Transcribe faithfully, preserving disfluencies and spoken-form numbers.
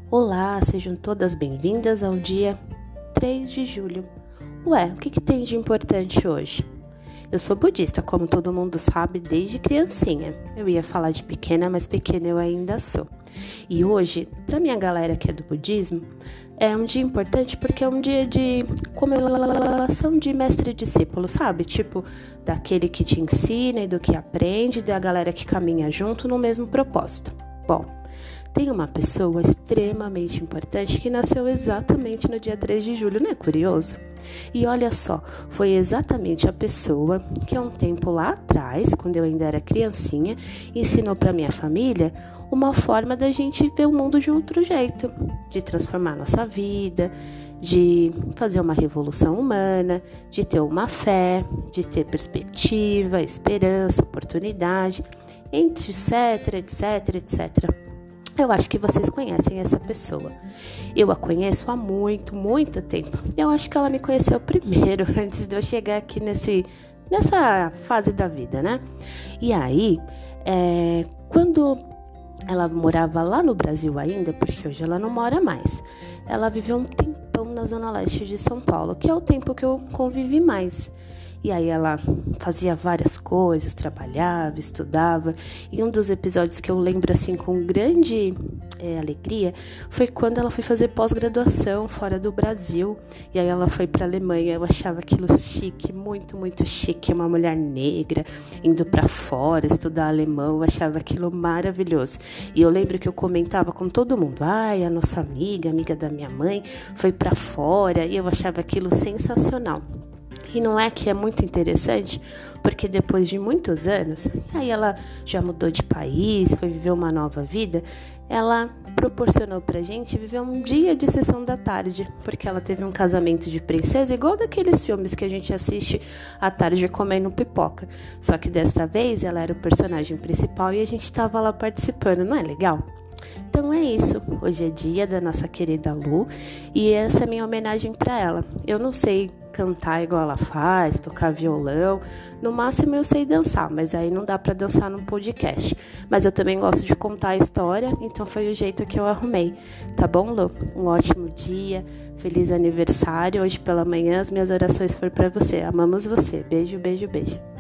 Olá, sejam todas bem-vindas ao dia três de julho. Ué, o que, que tem de importante hoje? Eu sou budista, como todo mundo sabe, desde criancinha. Eu ia falar de pequena, mas pequena eu ainda sou. E hoje, para minha galera que é do budismo, é um dia importante porque é um dia de comemoração de mestre e discípulo, sabe? Tipo, daquele que te ensina e do que aprende, da galera que caminha junto no mesmo propósito. Bom, tem uma pessoa extremamente importante que nasceu exatamente no dia três de julho, não é curioso? E olha só, foi exatamente a pessoa que há um tempo lá atrás, quando eu ainda era criancinha, ensinou para minha família uma forma da gente ver o mundo de outro jeito, de transformar nossa vida, de fazer uma revolução humana, de ter uma fé, de ter perspectiva, esperança, oportunidade, etc, etc, etcétera. Eu acho que vocês conhecem essa pessoa. Eu a conheço há muito, muito tempo. Eu acho que ela me conheceu primeiro, antes de eu chegar aqui nesse, nessa fase da vida, né? E aí, é, quando ela morava lá no Brasil ainda, porque hoje ela não mora mais, ela viveu um tempão na Zona Leste de São Paulo, que é o tempo que eu convivi mais. E aí ela fazia várias coisas, trabalhava, estudava. E um dos episódios que eu lembro assim com grande é, alegria foi quando ela foi fazer pós-graduação fora do Brasil. E aí ela foi para a Alemanha. Eu achava aquilo chique, muito, muito chique. Uma mulher negra indo para fora estudar alemão. Eu achava aquilo maravilhoso. E eu lembro que eu comentava com todo mundo. Ai, a nossa amiga, amiga da minha mãe, foi para fora. E eu achava aquilo sensacional. E não é que é muito interessante, porque depois de muitos anos, aí ela já mudou de país, foi viver uma nova vida, ela proporcionou pra gente viver um dia de sessão da tarde, porque ela teve um casamento de princesa, igual daqueles filmes que a gente assiste à tarde comendo pipoca. Só que desta vez ela era o personagem principal e a gente tava lá participando, não é legal? Então é isso, hoje é dia da nossa querida Lu e essa é a minha homenagem para ela. Eu não sei cantar igual ela faz, tocar violão, no máximo eu sei dançar, mas aí não dá para dançar num podcast. Mas eu também gosto de contar a história, então foi o jeito que eu arrumei. Tá bom, Lu? Um ótimo dia, feliz aniversário, hoje pela manhã as minhas orações foram para você. Amamos você, beijo, beijo, beijo.